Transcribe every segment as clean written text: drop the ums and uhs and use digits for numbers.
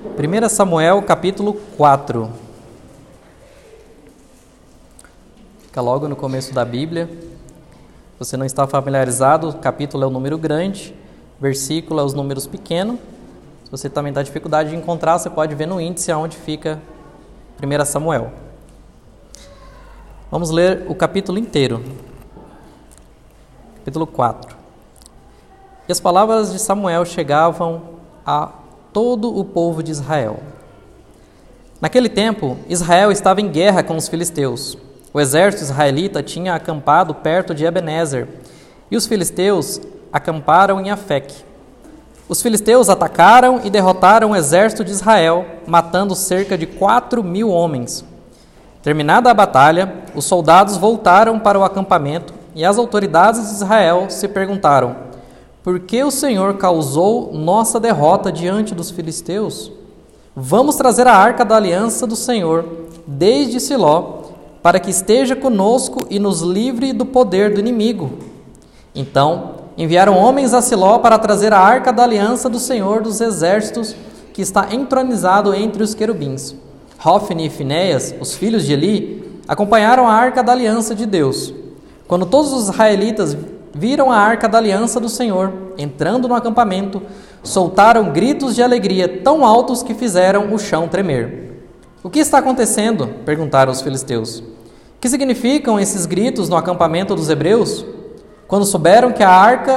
1 Samuel, capítulo 4. Fica logo no começo da Bíblia. Se você não está familiarizado, o capítulo é o número grande, versículo é os números pequenos. Se você também está dificuldade de encontrar, você pode ver no índice aonde fica 1 Samuel. Vamos ler o capítulo inteiro. Capítulo 4. E as palavras de Samuel chegavam a todo o povo de Israel. Naquele tempo, Israel estava em guerra com os filisteus. O exército israelita tinha acampado perto de Ebenezer, e os filisteus acamparam em Afeque. Os filisteus atacaram e derrotaram o exército de Israel, matando cerca de 4.000 homens. Terminada a batalha, os soldados voltaram para o acampamento e as autoridades de Israel se perguntaram: por que o Senhor causou nossa derrota diante dos filisteus? Vamos trazer a arca da aliança do Senhor desde Siló, para que esteja conosco e nos livre do poder do inimigo. Então enviaram homens a Siló para trazer a arca da aliança do Senhor dos exércitos, que está entronizado entre os querubins. Hofni e Finéias, os filhos de Eli, acompanharam a arca da aliança de Deus. Quando todos os israelitas viram a arca da aliança do Senhor entrando no acampamento, soltaram gritos de alegria tão altos que fizeram o chão tremer. O que está acontecendo? Perguntaram os filisteus. Que significam esses gritos no acampamento dos hebreus? Quando souberam que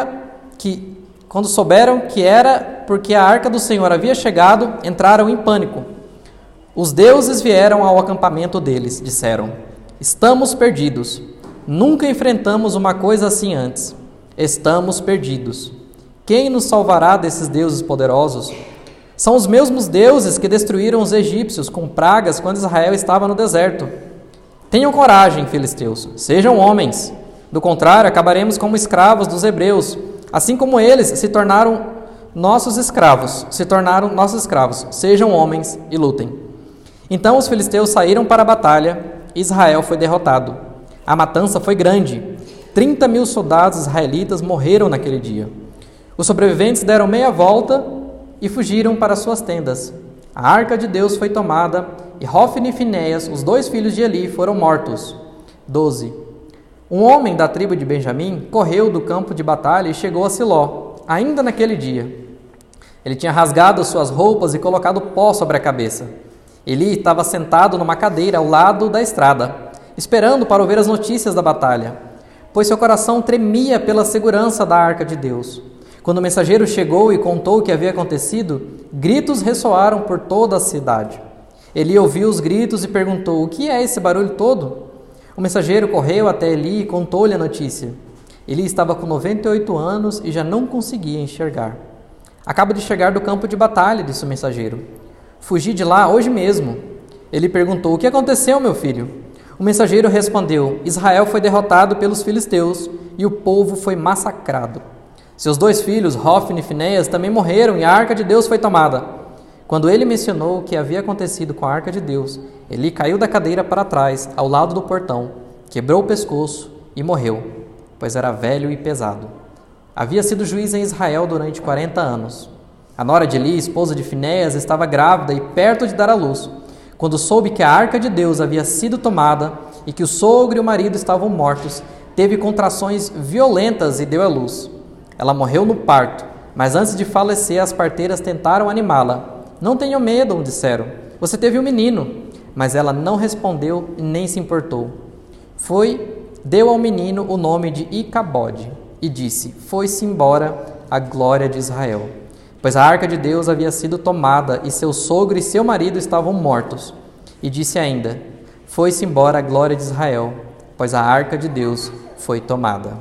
era porque a arca do Senhor havia chegado, entraram em pânico. Os deuses vieram ao acampamento deles, disseram: estamos perdidos. Nunca enfrentamos uma coisa assim antes. Estamos perdidos. Quem nos salvará desses deuses poderosos? São os mesmos deuses que destruíram os egípcios com pragas quando Israel estava no deserto. Tenham coragem, filisteus, sejam homens. Do contrário, acabaremos como escravos dos hebreus, assim como eles se tornaram nossos escravos. Sejam homens e lutem. Então os filisteus saíram para a batalha e Israel foi derrotado. A matança foi grande. 30.000 soldados israelitas morreram naquele dia. Os sobreviventes deram meia volta e fugiram para suas tendas. A arca de Deus foi tomada e Hofni e Finéias, os 2 filhos de Eli, foram mortos. 12. Um homem da tribo de Benjamim correu do campo de batalha e chegou a Siló, ainda naquele dia. Ele tinha rasgado suas roupas e colocado pó sobre a cabeça. Eli estava sentado numa cadeira ao lado da estrada, esperando para ouvir as notícias da batalha, pois seu coração tremia pela segurança da arca de Deus. Quando o mensageiro chegou e contou o que havia acontecido, gritos ressoaram por toda a cidade. Eli ouviu os gritos e perguntou: o que é esse barulho todo? O mensageiro correu até Eli e contou-lhe a notícia. Eli estava com 98 anos e já não conseguia enxergar. Acabo de chegar do campo de batalha, disse o mensageiro. Fugi de lá hoje mesmo. Ele perguntou: o que aconteceu, meu filho? O mensageiro respondeu: Israel foi derrotado pelos filisteus e o povo foi massacrado. Seus 2 filhos, Hofni e Finéias, também morreram e a arca de Deus foi tomada. Quando ele mencionou o que havia acontecido com a arca de Deus, Eli caiu da cadeira para trás, ao lado do portão, quebrou o pescoço e morreu, pois era velho e pesado. Havia sido juiz em Israel durante 40 anos. A nora de Eli, esposa de Finéias, estava grávida e perto de dar à luz. Quando soube que a arca de Deus havia sido tomada e que o sogro e o marido estavam mortos, teve contrações violentas e deu à luz. Ela morreu no parto, mas antes de falecer, as parteiras tentaram animá-la. Não tenham medo, disseram. Você teve um menino. Mas ela não respondeu e nem se importou. Deu ao menino o nome de Icabode e disse: foi-se embora a glória de Israel. Pois a arca de Deus havia sido tomada e seu sogro e seu marido estavam mortos. E disse ainda: foi-se embora a glória de Israel, pois a arca de Deus foi tomada.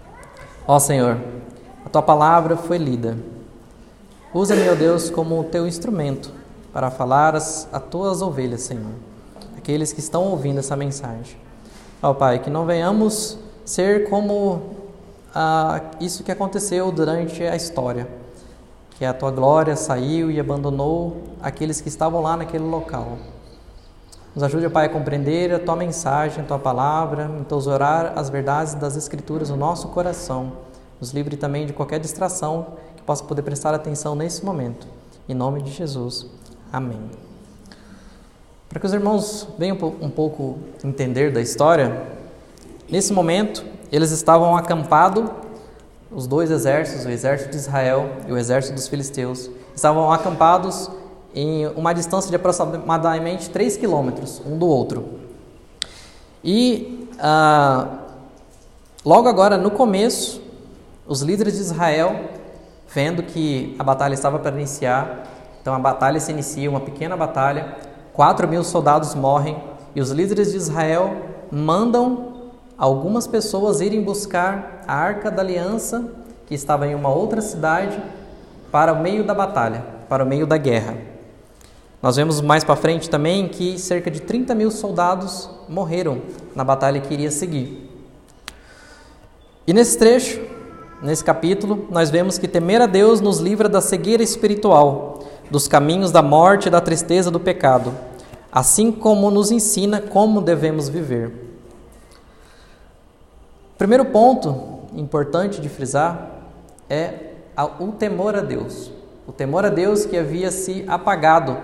Ó Senhor, a tua palavra foi lida. Usa-me, ó Deus, como o teu instrumento para falar às tuas ovelhas, Senhor, aqueles que estão ouvindo essa mensagem. Ó Pai, que não venhamos ser como isso que aconteceu durante a história, que a tua glória saiu e abandonou aqueles que estavam lá naquele local. Nos ajude, Pai, a compreender a tua mensagem, a tua palavra, entesourar as verdades das Escrituras no nosso coração. Nos livre também de qualquer distração que possa poder prestar atenção nesse momento. Em nome de Jesus. Amém. Para que os irmãos venham um pouco entender da história, nesse momento eles estavam acampados, os dois exércitos, o exército de Israel e o exército dos filisteus, estavam acampados em uma distância de aproximadamente 3 quilômetros um do outro. E logo agora, no começo, os líderes de Israel, vendo que a batalha estava para iniciar, então a batalha se inicia, uma pequena batalha, 4.000 soldados morrem, e os líderes de Israel mandam algumas pessoas irem buscar a Arca da Aliança, que estava em uma outra cidade, para o meio da batalha, para o meio da guerra. Nós vemos mais para frente também que cerca de 30.000 soldados morreram na batalha que iria seguir. E nesse trecho, nesse capítulo, nós vemos que temer a Deus nos livra da cegueira espiritual, dos caminhos da morte e da tristeza do pecado, assim como nos ensina como devemos viver. O primeiro ponto importante de frisar é o temor a Deus. O temor a Deus que havia se apagado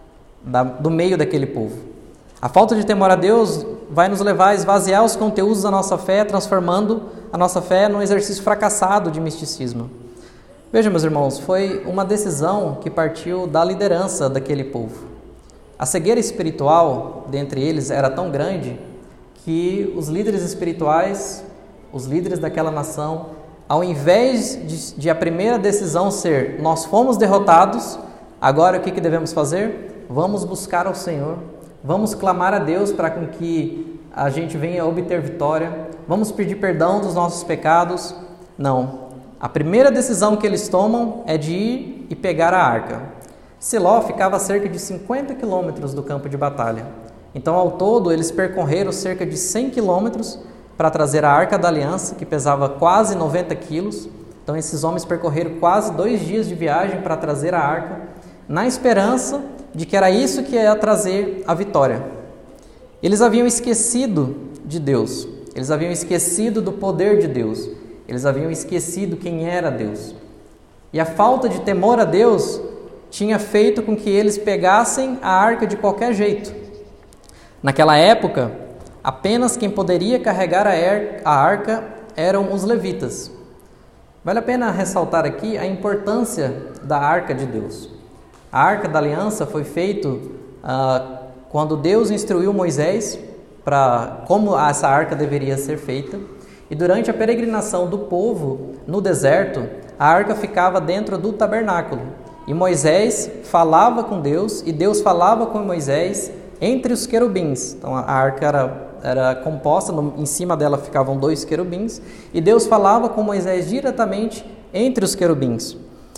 do meio daquele povo. A falta de temor a Deus vai nos levar a esvaziar os conteúdos da nossa fé, transformando a nossa fé num exercício fracassado de misticismo. Veja, meus irmãos, foi uma decisão que partiu da liderança daquele povo. A cegueira espiritual dentre eles era tão grande que os líderes espirituais, os líderes daquela nação, ao invés de a primeira decisão ser nós fomos derrotados, agora o que devemos fazer? Vamos buscar ao Senhor, vamos clamar a Deus para que a gente venha obter vitória, vamos pedir perdão dos nossos pecados. Não. A primeira decisão que eles tomam é de ir e pegar a arca. Siló ficava a cerca de 50 quilômetros do campo de batalha. Então, ao todo, eles percorreram cerca de 100 quilômetros para trazer a Arca da Aliança, que pesava quase 90 quilos. Então, esses homens percorreram quase 2 dias de viagem para trazer a arca, na esperança de que era isso que ia trazer a vitória. Eles haviam esquecido de Deus, eles haviam esquecido do poder de Deus, eles haviam esquecido quem era Deus. E a falta de temor a Deus tinha feito com que eles pegassem a arca de qualquer jeito. Naquela época, apenas quem poderia carregar a arca eram os levitas. Vale a pena ressaltar aqui a importância da arca de Deus. A Arca da Aliança foi feito quando Deus instruiu Moisés para como essa arca deveria ser feita. E durante a peregrinação do povo no deserto, a arca ficava dentro do tabernáculo. E Moisés falava com Deus e Deus falava com Moisés entre os querubins. Então a arca era composta, em cima dela ficavam 2 querubins. E Deus falava com Moisés diretamente entre os querubins.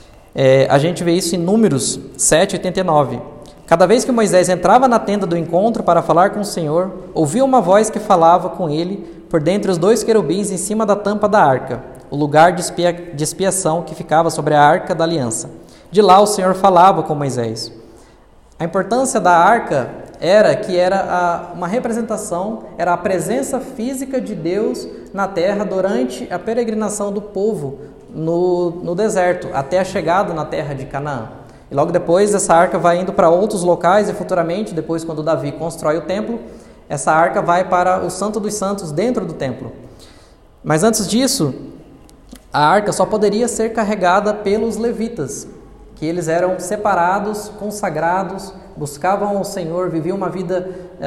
A gente vê isso em Números 7:89. Cada vez que Moisés entrava na tenda do encontro para falar com o Senhor, ouvia uma voz que falava com ele por dentre os 2 querubins em cima da tampa da arca, o lugar de expiação que ficava sobre a Arca da Aliança. De lá o Senhor falava com Moisés. A importância da arca era que era uma representação, era a presença física de Deus na terra durante a peregrinação do povo no deserto, até a chegada na terra de Canaã. E logo depois essa arca vai indo para outros locais e futuramente, depois quando Davi constrói o templo, essa arca vai para o Santo dos Santos dentro do templo. Mas antes disso, a arca só poderia ser carregada pelos levitas, que eles eram separados, consagrados, buscavam o Senhor, viviam uma vida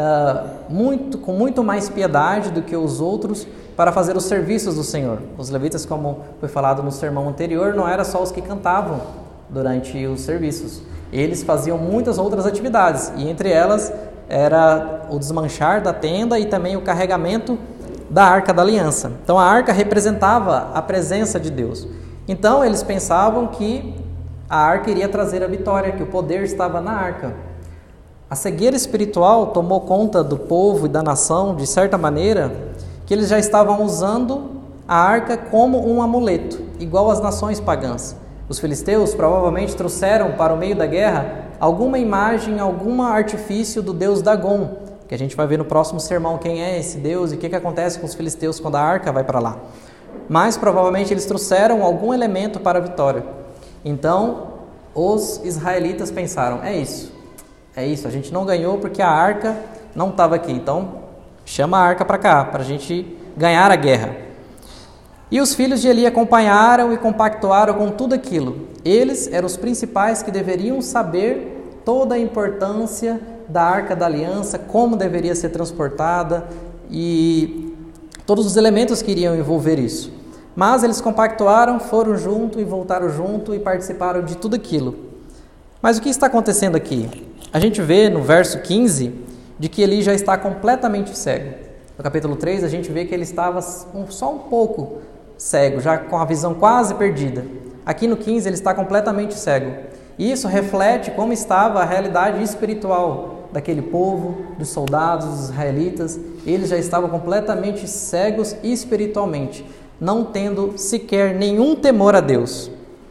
com muito mais piedade do que os outros para fazer os serviços do Senhor. Os levitas, como foi falado no sermão anterior, não eram só os que cantavam durante os serviços. Eles faziam muitas outras atividades, e entre elas era o desmanchar da tenda e também o carregamento da Arca da Aliança. Então a arca representava a presença de Deus. Então eles pensavam que a arca iria trazer a vitória, que o poder estava na arca. A cegueira espiritual tomou conta do povo e da nação de certa maneira que eles já estavam usando a arca como um amuleto, igual às nações pagãs. Os filisteus provavelmente trouxeram para o meio da guerra alguma imagem, algum artifício do deus Dagon, que a gente vai ver no próximo sermão quem é esse deus e o que acontece com os filisteus quando a arca vai para lá. Mas provavelmente eles trouxeram algum elemento para a vitória. Então os israelitas pensaram, é isso, é isso, a gente não ganhou porque a arca não estava aqui. Então, chama a arca para cá, para a gente ganhar a guerra. E os filhos de Eli acompanharam e compactuaram com tudo aquilo. Eles eram os principais que deveriam saber toda a importância da Arca da Aliança, como deveria ser transportada e todos os elementos que iriam envolver isso. Mas eles compactuaram, foram junto e voltaram junto e participaram de tudo aquilo. Mas o que está acontecendo aqui? A gente vê no verso 15 de que Eli já está completamente cego. No capítulo 3 a gente vê que ele estava só um pouco cego, já com a visão quase perdida. Aqui no 15 ele está completamente cego. E isso reflete como estava a realidade espiritual daquele povo, dos soldados, dos israelitas. Eles já estavam completamente cegos espiritualmente, não tendo sequer nenhum temor a Deus.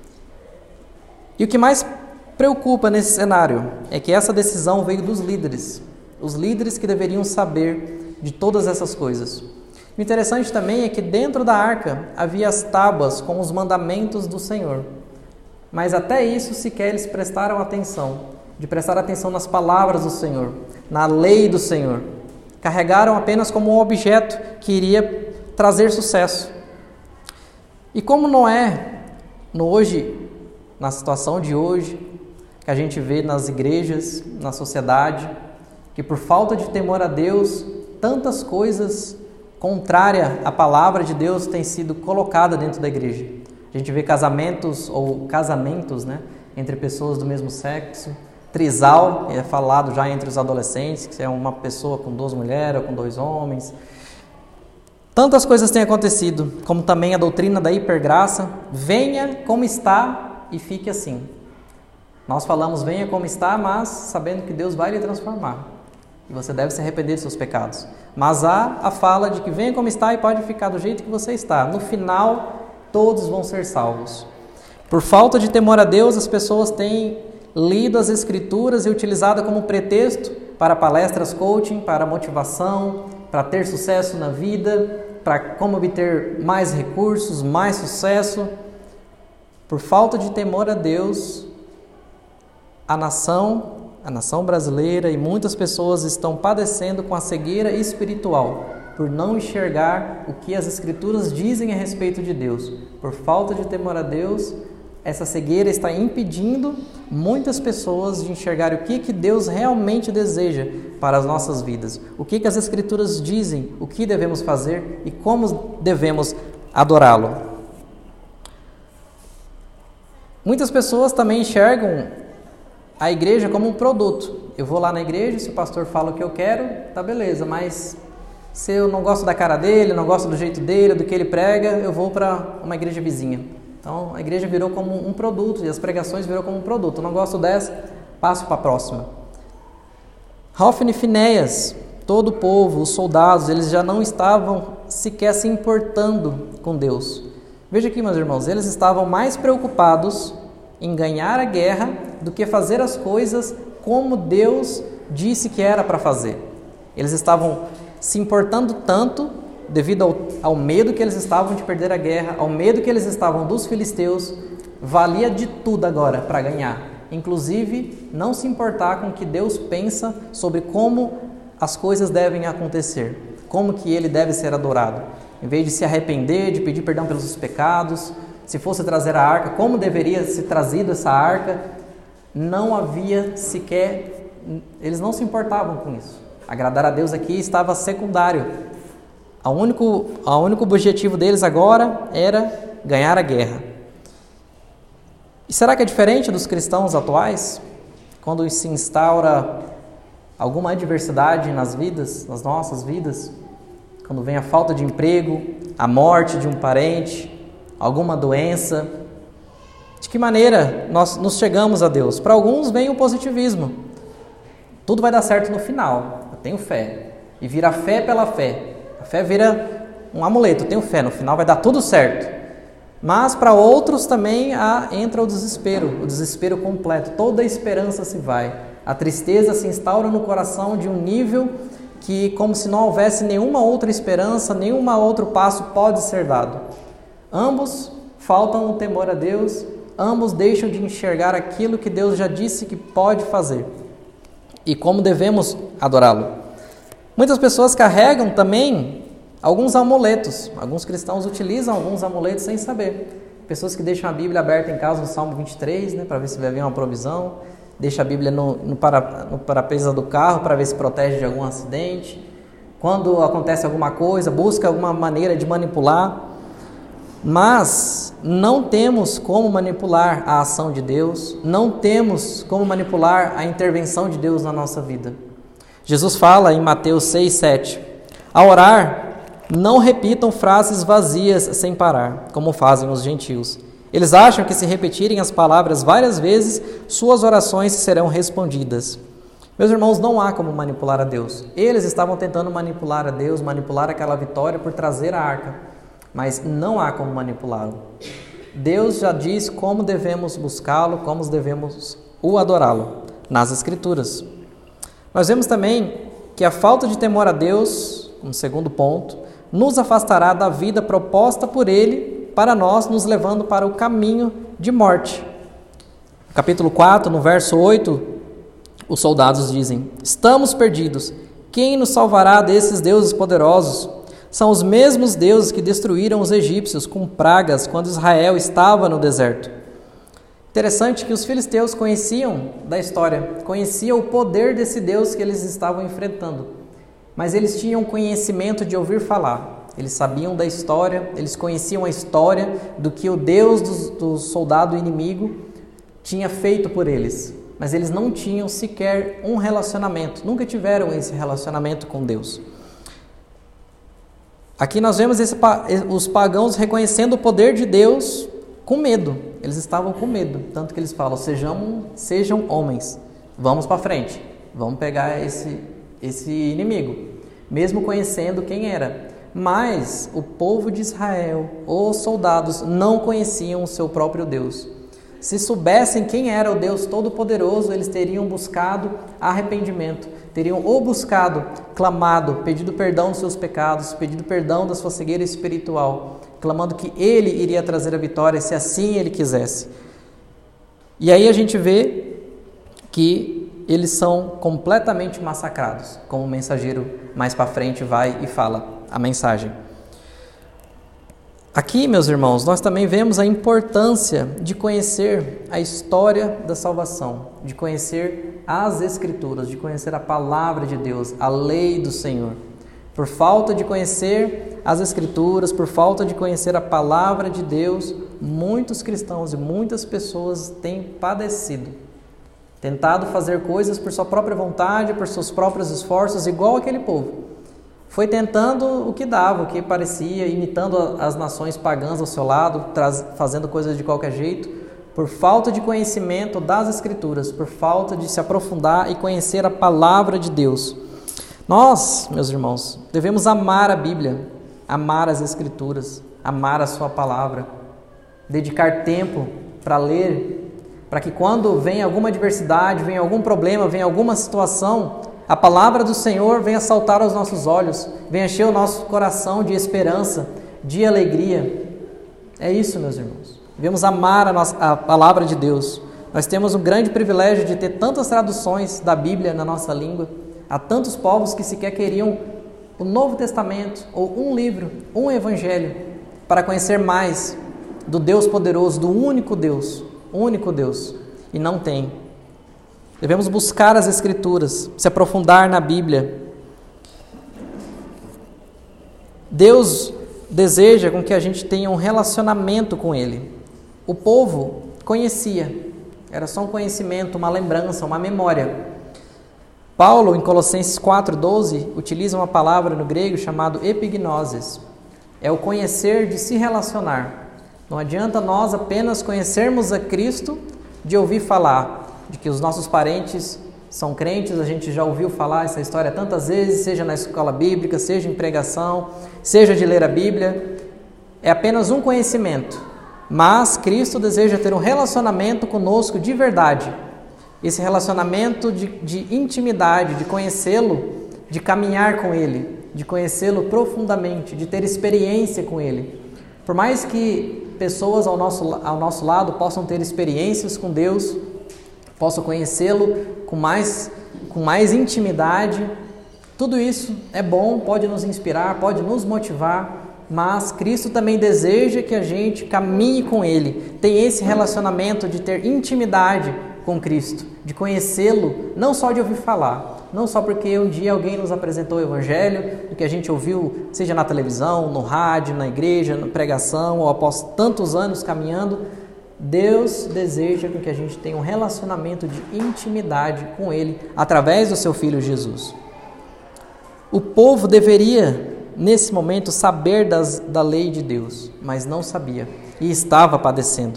E o que mais preocupa nesse cenário é que essa decisão veio dos líderes, os líderes que deveriam saber de todas essas coisas. O interessante também é que dentro da arca havia as tábuas com os mandamentos do Senhor. Mas até isso sequer eles prestaram atenção, de prestar atenção nas palavras do Senhor, na lei do Senhor. Carregaram apenas como um objeto que iria trazer sucesso. E como não é na situação de hoje, que a gente vê nas igrejas, na sociedade, que por falta de temor a Deus, tantas coisas contrárias à palavra de Deus têm sido colocadas dentro da igreja. A gente vê casamentos, entre pessoas do mesmo sexo. Trisal, é falado já entre os adolescentes, que é uma pessoa com 2 mulheres ou com 2 homens. Tantas coisas têm acontecido, como também a doutrina da hipergraça. Venha como está e fique assim. Nós falamos venha como está, mas sabendo que Deus vai lhe transformar. E você deve se arrepender de seus pecados. Mas há a fala de que venha como está e pode ficar do jeito que você está. No final, todos vão ser salvos. Por falta de temor a Deus, as pessoas têm lido as Escrituras e utilizado como pretexto para palestras coaching, para motivação, para ter sucesso na vida, para como obter mais recursos, mais sucesso. Por falta de temor a Deus, a nação brasileira e muitas pessoas estão padecendo com a cegueira espiritual, por não enxergar o que as Escrituras dizem a respeito de Deus. Por falta de temor a Deus, essa cegueira está impedindo muitas pessoas de enxergar o que Deus realmente deseja para as nossas vidas. O que as Escrituras dizem, o que devemos fazer e como devemos adorá-lo. Muitas pessoas também enxergam a igreja como um produto. Eu vou lá na igreja, se o pastor fala o que eu quero, tá beleza, mas se eu não gosto da cara dele, não gosto do jeito dele, do que ele prega, eu vou para uma igreja vizinha. Então a igreja virou como um produto e as pregações virou como um produto. Eu não gosto dessa, passo para a próxima. Hofni e Finéias, todo o povo, os soldados, eles já não estavam sequer se importando com Deus. Veja aqui, meus irmãos, eles estavam mais preocupados em ganhar a guerra do que fazer as coisas como Deus disse que era para fazer. Eles estavam se importando tanto devido ao medo que eles estavam de perder a guerra, ao medo que eles estavam dos filisteus. Valia de tudo agora para ganhar, inclusive não se importar com o que Deus pensa sobre como as coisas devem acontecer, como que ele deve ser adorado. Em vez de se arrepender, de pedir perdão pelos seus pecados, se fosse trazer a arca, como deveria ser trazido essa arca, não havia sequer, eles não se importavam com isso. Agradar a Deus aqui estava secundário. O único objetivo deles agora era ganhar a guerra. E será que é diferente dos cristãos atuais? Quando se instaura alguma adversidade nas vidas, nas nossas vidas, quando vem a falta de emprego, a morte de um parente, alguma doença, de que maneira nós nos chegamos a Deus? Para alguns vem o positivismo. Tudo vai dar certo no final, eu tenho fé. E vira fé pela fé. A fé vira um amuleto, eu tenho fé, no final vai dar tudo certo. Mas para outros também entra o desespero completo. Toda a esperança se vai. A tristeza se instaura no coração de um nível que, como se não houvesse nenhuma outra esperança, nenhum outro passo pode ser dado. Ambos faltam o temor a Deus, ambos deixam de enxergar aquilo que Deus já disse que pode fazer. e como devemos adorá-lo. Muitas pessoas carregam também alguns amuletos. Alguns cristãos utilizam alguns amuletos sem saber. Pessoas que deixam a Bíblia aberta em casa no Salmo 23, né, para ver se vai vir uma provisão. Deixa a Bíblia no para-brisa do carro para ver se protege de algum acidente. Quando acontece alguma coisa, busca alguma maneira de manipular. Mas não temos como manipular a ação de Deus, não temos como manipular a intervenção de Deus na nossa vida. Jesus fala em Mateus 6, 7, ao orar, não repitam frases vazias sem parar, como fazem os gentios. Eles acham que se repetirem as palavras várias vezes, suas orações serão respondidas. Meus irmãos, não há como manipular a Deus. Eles estavam tentando manipular a Deus, manipular aquela vitória por trazer a arca, mas não há como manipulá-lo. Deus já diz como devemos buscá-lo, como devemos o adorá-lo nas Escrituras. Nós vemos também que a falta de temor a Deus, um segundo ponto, nos afastará da vida proposta por Ele para nós, nos levando para o caminho de morte. Capítulo 4, no verso 8, os soldados dizem: estamos perdidos, quem nos salvará desses deuses poderosos? São os mesmos deuses que destruíram os egípcios com pragas quando Israel estava no deserto. Interessante que os filisteus conheciam da história, conheciam o poder desse Deus que eles estavam enfrentando, mas eles tinham conhecimento de ouvir falar, eles sabiam da história, eles conheciam a história do que o Deus do soldado inimigo tinha feito por eles, mas eles não tinham sequer um relacionamento, nunca tiveram esse relacionamento com Deus. Aqui nós vemos os pagãos reconhecendo o poder de Deus com medo. Eles estavam com medo, tanto que eles falam: sejam homens, vamos para frente, vamos pegar esse inimigo, mesmo conhecendo quem era. Mas o povo de Israel, os soldados, não conheciam o seu próprio Deus. Se soubessem quem era o Deus Todo-Poderoso, eles teriam buscado arrependimento, teriam ou buscado, clamado, pedido perdão dos seus pecados, pedido perdão da sua cegueira espiritual, clamando que Ele iria trazer a vitória, se assim Ele quisesse. E aí a gente vê que eles são completamente massacrados, como o mensageiro mais para frente vai e fala a mensagem. Aqui, meus irmãos, nós também vemos a importância de conhecer a história da salvação, de conhecer as Escrituras, de conhecer a palavra de Deus, a lei do Senhor. Por falta de conhecer as Escrituras, por falta de conhecer a palavra de Deus, muitos cristãos e muitas pessoas têm padecido, tentado fazer coisas por sua própria vontade, por seus próprios esforços, igual aquele povo. Foi tentando o que dava, o que parecia, imitando as nações pagãs ao seu lado, fazendo coisas de qualquer jeito, por falta de conhecimento das Escrituras, por falta de se aprofundar e conhecer a palavra de Deus. Nós, meus irmãos, devemos amar a Bíblia, amar as Escrituras, amar a sua palavra, dedicar tempo para ler, para que quando vem alguma adversidade, vem algum problema, vem alguma situação, a palavra do Senhor venha saltar aos nossos olhos, venha encher o nosso coração de esperança, de alegria. É isso, meus irmãos. Devemos amar a palavra de Deus. Nós temos o grande privilégio de ter tantas traduções da Bíblia na nossa língua. Há tantos povos que sequer queriam o Novo Testamento, ou um livro, um evangelho, para conhecer mais do Deus poderoso, do único Deus, e não tem. Devemos buscar as Escrituras, se aprofundar na Bíblia. Deus deseja com que a gente tenha um relacionamento com Ele. O povo conhecia, era só um conhecimento, uma lembrança, uma memória. Paulo, em Colossenses 4,12, utiliza uma palavra no grego chamada epignosis. É o conhecer de se relacionar. Não adianta nós apenas conhecermos a Cristo de ouvir falar, de que os nossos parentes são crentes, a gente já ouviu falar essa história tantas vezes, seja na escola bíblica, seja em pregação, seja de ler a Bíblia. É apenas um conhecimento, mas Cristo deseja ter um relacionamento conosco de verdade. Esse relacionamento de intimidade, de conhecê-lo, de caminhar com Ele, de conhecê-lo profundamente, de ter experiência com Ele. Por mais que pessoas ao nosso lado possam ter experiências com Deus, possam conhecê-lo com com mais intimidade. Tudo isso é bom, pode nos inspirar, pode nos motivar, mas Cristo também deseja que a gente caminhe com Ele, tenha esse relacionamento de ter intimidade com Cristo, de conhecê-lo, não só de ouvir falar, não só porque um dia alguém nos apresentou o Evangelho, do que a gente ouviu, seja na televisão, no rádio, na igreja, na pregação, ou após tantos anos caminhando. Deus deseja que a gente tenha um relacionamento de intimidade com Ele, através do seu Filho Jesus. O povo deveria, nesse momento, saber da lei de Deus, mas não sabia e estava padecendo.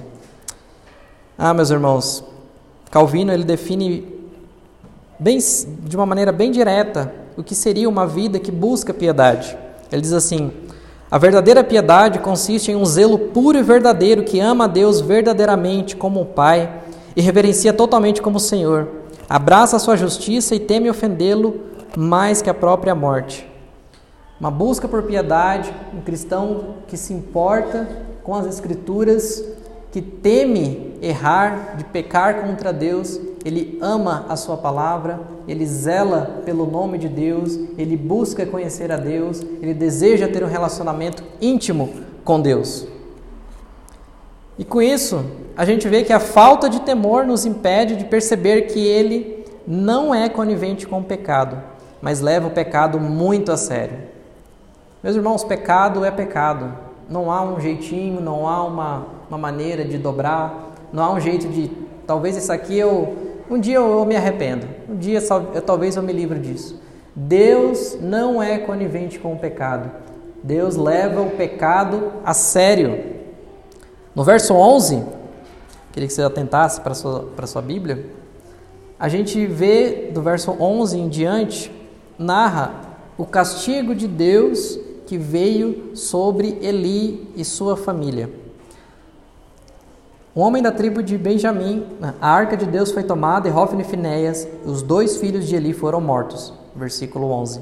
Meus irmãos, Calvino ele define de uma maneira bem direta o que seria uma vida que busca piedade. Ele diz assim: a verdadeira piedade consiste em um zelo puro e verdadeiro que ama a Deus verdadeiramente como o Pai e reverencia totalmente como o Senhor, abraça a sua justiça e teme ofendê-lo mais que a própria morte. Uma busca por piedade, um cristão que se importa com as Escrituras, que teme errar, de pecar contra Deus, ele ama a sua palavra, ele zela pelo nome de Deus, ele busca conhecer a Deus, ele deseja ter um relacionamento íntimo com Deus. E com isso, a gente vê que a falta de temor nos impede de perceber que ele não é conivente com o pecado, mas leva o pecado muito a sério. Meus irmãos, pecado é pecado. Não há um jeitinho, não há uma maneira de dobrar, não há um jeito de, talvez isso aqui um dia eu me arrependo, um dia talvez eu me livre disso. Deus não é conivente com o pecado. Deus leva o pecado a sério. No verso 11, queria que você atentasse para a sua Bíblia, a gente vê do verso 11 em diante, narra o castigo de Deus que veio sobre Eli e sua família. Um homem da tribo de Benjamim, a arca de Deus foi tomada e Hofni e Finéias, os 2 filhos de Eli, foram mortos. Versículo 11.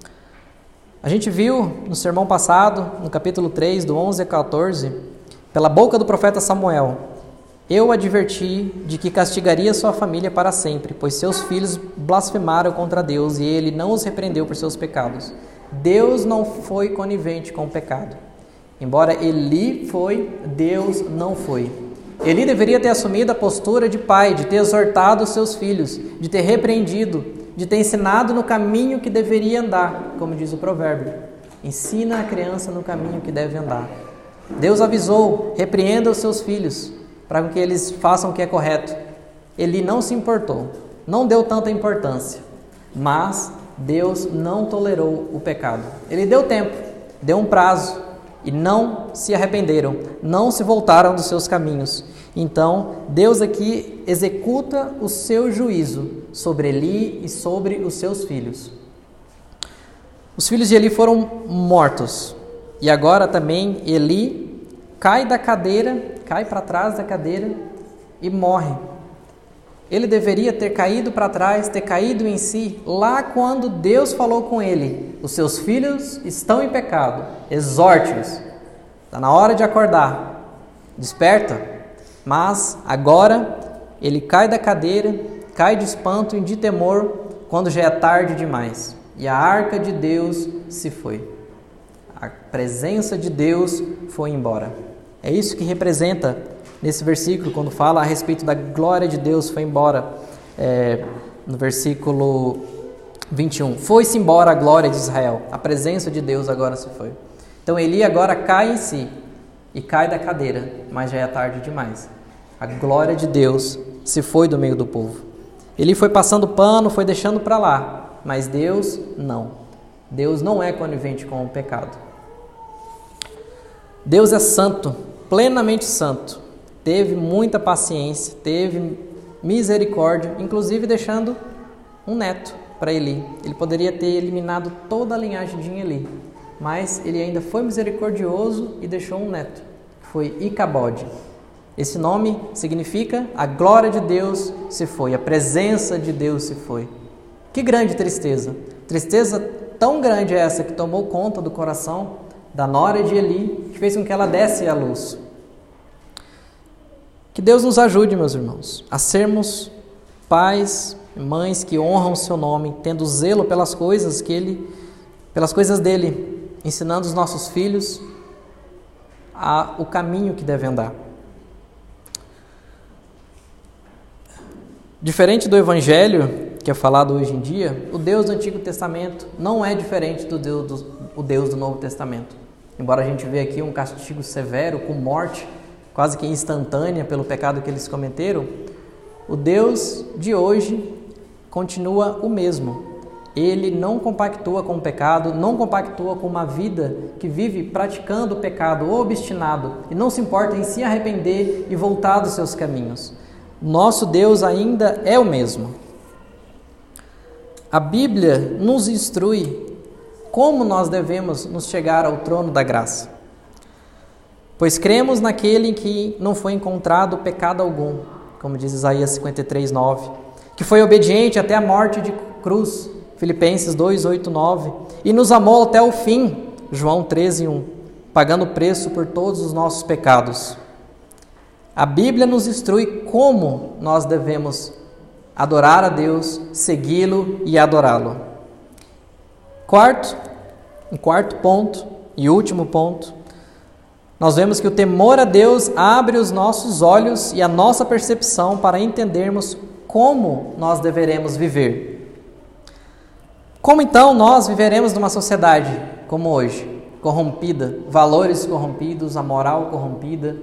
A gente viu no sermão passado, no capítulo 3, do 11 a 14, pela boca do profeta Samuel: eu adverti de que castigaria sua família para sempre, pois seus filhos blasfemaram contra Deus e ele não os repreendeu por seus pecados. Deus não foi conivente com o pecado. Embora Eli foi, Deus não foi. Eli deveria ter assumido a postura de pai, de ter exortado os seus filhos, de ter repreendido, de ter ensinado no caminho que deveria andar, como diz o provérbio. Ensina a criança no caminho que deve andar. Deus avisou: repreenda os seus filhos, para que eles façam o que é correto. Eli não se importou, não deu tanta importância, mas Deus não tolerou o pecado. Ele deu tempo, deu um prazo, e não se arrependeram, não se voltaram dos seus caminhos. Então, Deus aqui executa o seu juízo sobre Eli e sobre os seus filhos. Os filhos de Eli foram mortos, e agora também Eli cai da cadeira, cai para trás da cadeira e morre. Ele deveria ter caído para trás, ter caído em si, lá quando Deus falou com ele: os seus filhos estão em pecado, exorte-os. Está na hora de acordar, desperta. Mas agora ele cai da cadeira, cai de espanto e de temor, quando já é tarde demais. E a arca de Deus se foi. A presença de Deus foi embora. É isso que representa nesse versículo, quando fala a respeito da glória de Deus foi embora, no versículo 21. Foi-se embora a glória de Israel, a presença de Deus agora se foi. Então Eli agora cai em si e cai da cadeira, mas já é tarde demais. A glória de Deus se foi do meio do povo. Eli foi passando pano, foi deixando para lá, mas Deus não. Deus não é conivente com o pecado. Deus é santo, plenamente santo. Teve muita paciência, teve misericórdia, inclusive deixando um neto para Eli. Ele poderia ter eliminado toda a linhagem de Eli, mas ele ainda foi misericordioso e deixou um neto, que foi Icabode. Esse nome significa a glória de Deus se foi, a presença de Deus se foi. Que grande tristeza! Tristeza tão grande é essa que tomou conta do coração da nora de Eli, que fez com que ela desse à luz. Que Deus nos ajude, meus irmãos, a sermos pais mães que honram o seu nome, tendo zelo pelas coisas dele, ensinando os nossos filhos o caminho que devem andar. Diferente do Evangelho, que é falado hoje em dia, o Deus do Antigo Testamento não é diferente do Deus do Novo Testamento. Embora a gente veja aqui um castigo severo, com morte, quase que instantânea pelo pecado que eles cometeram, o Deus de hoje continua o mesmo. Ele não compactua com o pecado, não compactua com uma vida que vive praticando o pecado, obstinado, e não se importa em se arrepender e voltar dos seus caminhos. Nosso Deus ainda é o mesmo. A Bíblia nos instrui como nós devemos nos chegar ao trono da graça. Pois cremos naquele em que não foi encontrado pecado algum, como diz Isaías 53, 9, que foi obediente até a morte de cruz, Filipenses 2, 8, 9, e nos amou até o fim, João 13, 1, pagando o preço por todos os nossos pecados. A Bíblia nos instrui como nós devemos adorar a Deus, segui-lo e adorá-lo. Quarto ponto e último ponto, nós vemos que o temor a Deus abre os nossos olhos e a nossa percepção para entendermos como nós deveremos viver. Como então nós viveremos numa sociedade como hoje, corrompida, valores corrompidos, a moral corrompida,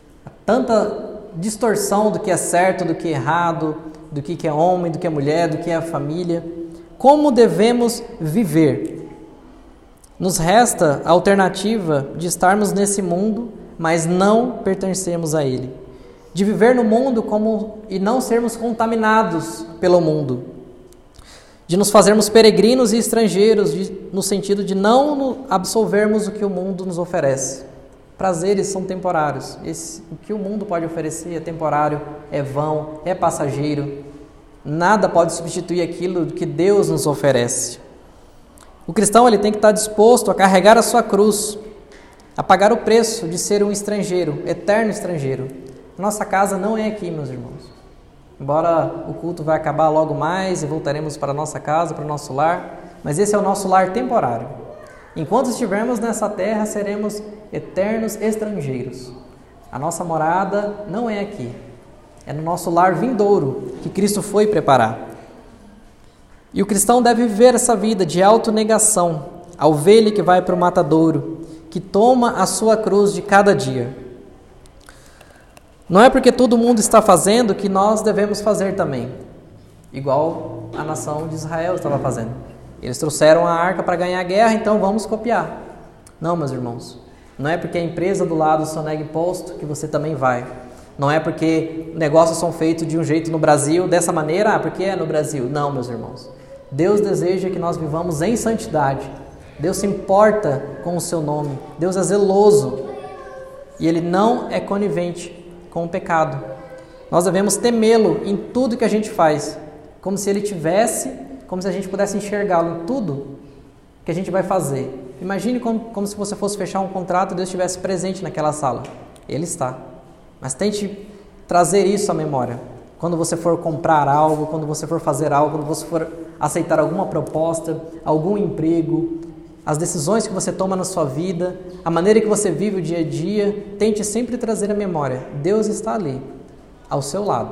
tanta distorção do que é certo, do que é errado, do que é homem, do que é mulher, do que é a família? Como devemos viver? Nos resta a alternativa de estarmos nesse mundo, mas não pertencermos a ele. De viver no mundo e não sermos contaminados pelo mundo. De nos fazermos peregrinos e estrangeiros, no sentido de não absorvermos o que o mundo nos oferece. Prazeres são temporários. O que o mundo pode oferecer é temporário, é vão, é passageiro. Nada pode substituir aquilo que Deus nos oferece. O cristão ele tem que estar disposto a carregar a sua cruz, a pagar o preço de ser um estrangeiro, eterno estrangeiro. Nossa casa não é aqui, meus irmãos. Embora o culto vai acabar logo mais e voltaremos para a nossa casa, para o nosso lar, mas esse é o nosso lar temporário. Enquanto estivermos nessa terra, seremos eternos estrangeiros. A nossa morada não é aqui, é no nosso lar vindouro que Cristo foi preparar. E o cristão deve viver essa vida de autonegação, a ovelha que vai para o matadouro, que toma a sua cruz de cada dia. Não é porque todo mundo está fazendo que nós devemos fazer também, igual a nação de Israel estava fazendo. Eles trouxeram a arca para ganhar a guerra, então vamos copiar. Não, meus irmãos, não é porque a empresa do lado sonega imposto que você também vai. Não é porque negócios são feitos de um jeito no Brasil, dessa maneira, porque é no Brasil. Não, meus irmãos. Deus deseja que nós vivamos em santidade. Deus se importa com o seu nome. Deus é zeloso. E Ele não é conivente com o pecado. Nós devemos temê-lo em tudo que a gente faz. Como se Ele tivesse, como se a gente pudesse enxergá-lo em tudo que a gente vai fazer. Imagine como se você fosse fechar um contrato e Deus estivesse presente naquela sala. Ele está. Mas tente trazer isso à memória. Quando você for comprar algo, quando você for fazer algo, quando você for aceitar alguma proposta, algum emprego, as decisões que você toma na sua vida, a maneira que você vive o dia a dia, tente sempre trazer à memória. Deus está ali, ao seu lado.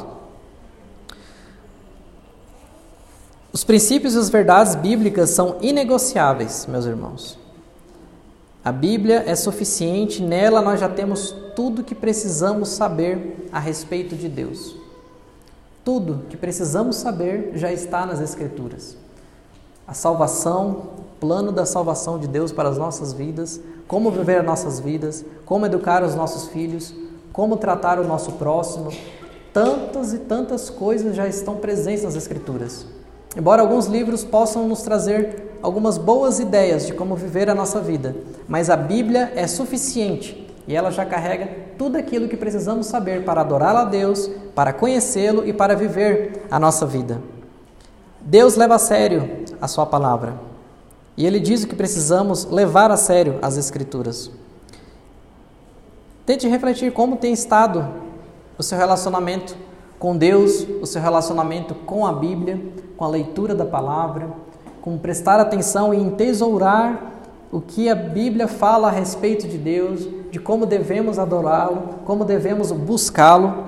Os princípios e as verdades bíblicas são inegociáveis, meus irmãos. A Bíblia é suficiente, nela nós já temos tudo que precisamos saber a respeito de Deus. Tudo que precisamos saber já está nas Escrituras. A salvação, o plano da salvação de Deus para as nossas vidas, como viver as nossas vidas, como educar os nossos filhos, como tratar o nosso próximo. Tantas e tantas coisas já estão presentes nas Escrituras. Embora alguns livros possam nos trazer algumas boas ideias de como viver a nossa vida, mas a Bíblia é suficiente e ela já carrega tudo aquilo que precisamos saber para adorar a Deus, para conhecê-lo e para viver a nossa vida. Deus leva a sério a sua palavra e Ele diz que precisamos levar a sério as Escrituras. Tente refletir como tem estado o seu relacionamento com Deus, o seu relacionamento com a Bíblia, com a leitura da palavra, com prestar atenção e entesourar o que a Bíblia fala a respeito de Deus, de como devemos adorá-lo, como devemos buscá-lo.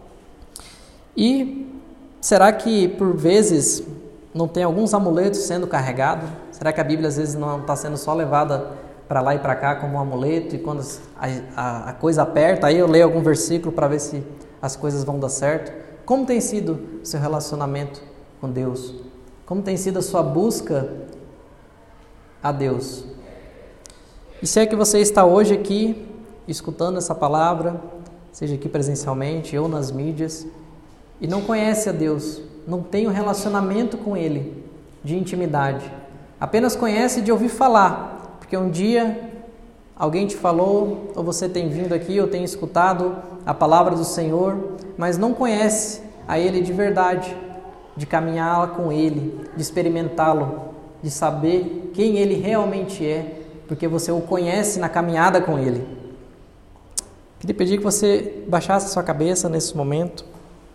E será que por vezes não tem alguns amuletos sendo carregados? Será que a Bíblia às vezes não está sendo só levada para lá e para cá como um amuleto, e quando a coisa aperta, aí eu leio algum versículo para ver se as coisas vão dar certo? Como tem sido o seu relacionamento com Deus? Como tem sido a sua busca a Deus? E se é que você está hoje aqui, escutando essa palavra, seja aqui presencialmente ou nas mídias, e não conhece a Deus, não tem um relacionamento com Ele, de intimidade, apenas conhece de ouvir falar, porque um dia alguém te falou, ou você tem vindo aqui, ou tem escutado a palavra do Senhor, mas não conhece a Ele de verdade, de caminhar com Ele, de experimentá-lo, de saber quem Ele realmente é, porque você o conhece na caminhada com Ele. Queria pedir que você baixasse a sua cabeça nesse momento.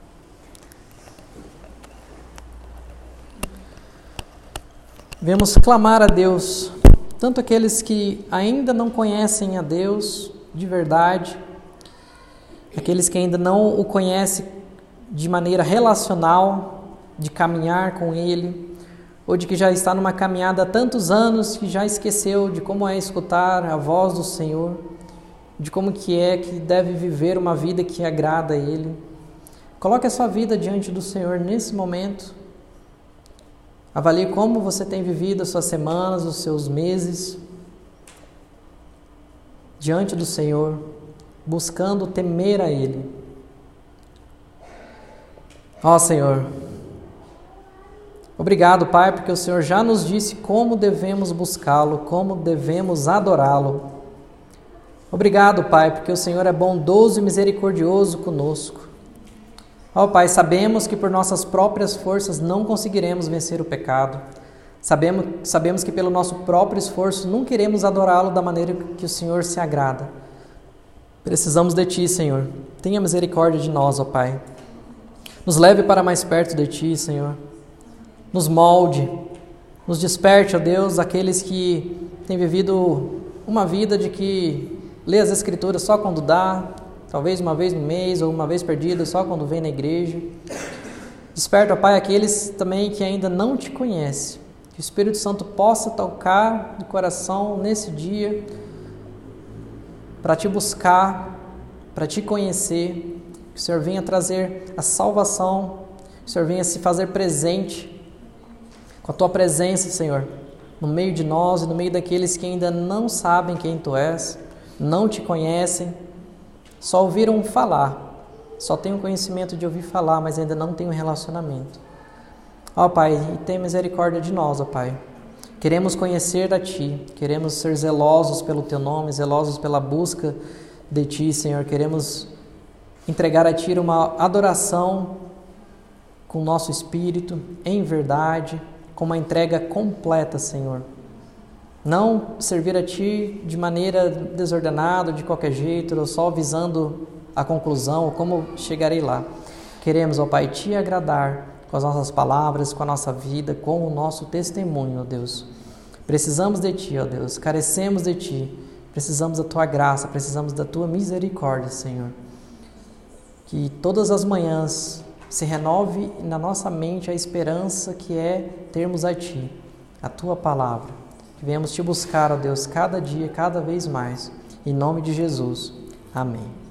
Vamos clamar a Deus, tanto aqueles que ainda não conhecem a Deus de verdade, aqueles que ainda não o conhecem de maneira relacional, de caminhar com Ele, ou de que já está numa caminhada há tantos anos que já esqueceu de como é escutar a voz do Senhor, de como que deve viver uma vida que agrada a Ele. Coloque a sua vida diante do Senhor nesse momento. Avalie como você tem vivido as suas semanas, os seus meses diante do Senhor, buscando temer a Ele. Ó Senhor, obrigado, Pai, porque o Senhor já nos disse como devemos buscá-lo, como devemos adorá-lo. Obrigado, Pai, porque o Senhor é bondoso e misericordioso conosco. Ó Pai, sabemos que por nossas próprias forças não conseguiremos vencer o pecado. Sabemos que pelo nosso próprio esforço não queremos adorá-lo da maneira que o Senhor se agrada. Precisamos de Ti, Senhor. Tenha misericórdia de nós, ó Pai. Nos leve para mais perto de Ti, Senhor. Nos molde, nos desperte, ó Deus, aqueles que têm vivido uma vida de que lê as Escrituras só quando dá, talvez uma vez no mês ou uma vez perdida só quando vem na igreja. Desperta, ó Pai, aqueles também que ainda não Te conhecem. Que o Espírito Santo possa tocar no coração nesse dia para Te buscar, para Te conhecer. Que o Senhor venha trazer a salvação, que o Senhor venha se fazer presente com a Tua presença, Senhor, no meio de nós e no meio daqueles que ainda não sabem quem Tu és, não Te conhecem, só ouviram falar, só têm o conhecimento de ouvir falar, mas ainda não têm um relacionamento. Ó Pai, e tem misericórdia de nós, ó Pai. Queremos conhecer a Ti, queremos ser zelosos pelo Teu nome, zelosos pela busca de Ti, Senhor. Queremos entregar a Ti uma adoração com o nosso espírito, em verdade, com uma entrega completa, Senhor. Não servir a Ti de maneira desordenada, de qualquer jeito, ou só visando a conclusão, ou como chegarei lá. Queremos, ó Pai, Te agradar com as nossas palavras, com a nossa vida, com o nosso testemunho, ó Deus. Precisamos de Ti, ó Deus, carecemos de Ti, precisamos da Tua graça, precisamos da Tua misericórdia, Senhor. Que todas as manhãs se renove na nossa mente a esperança que é termos a Ti, a Tua palavra. Que venhamos Te buscar, ó Deus, cada dia, cada vez mais. Em nome de Jesus. Amém.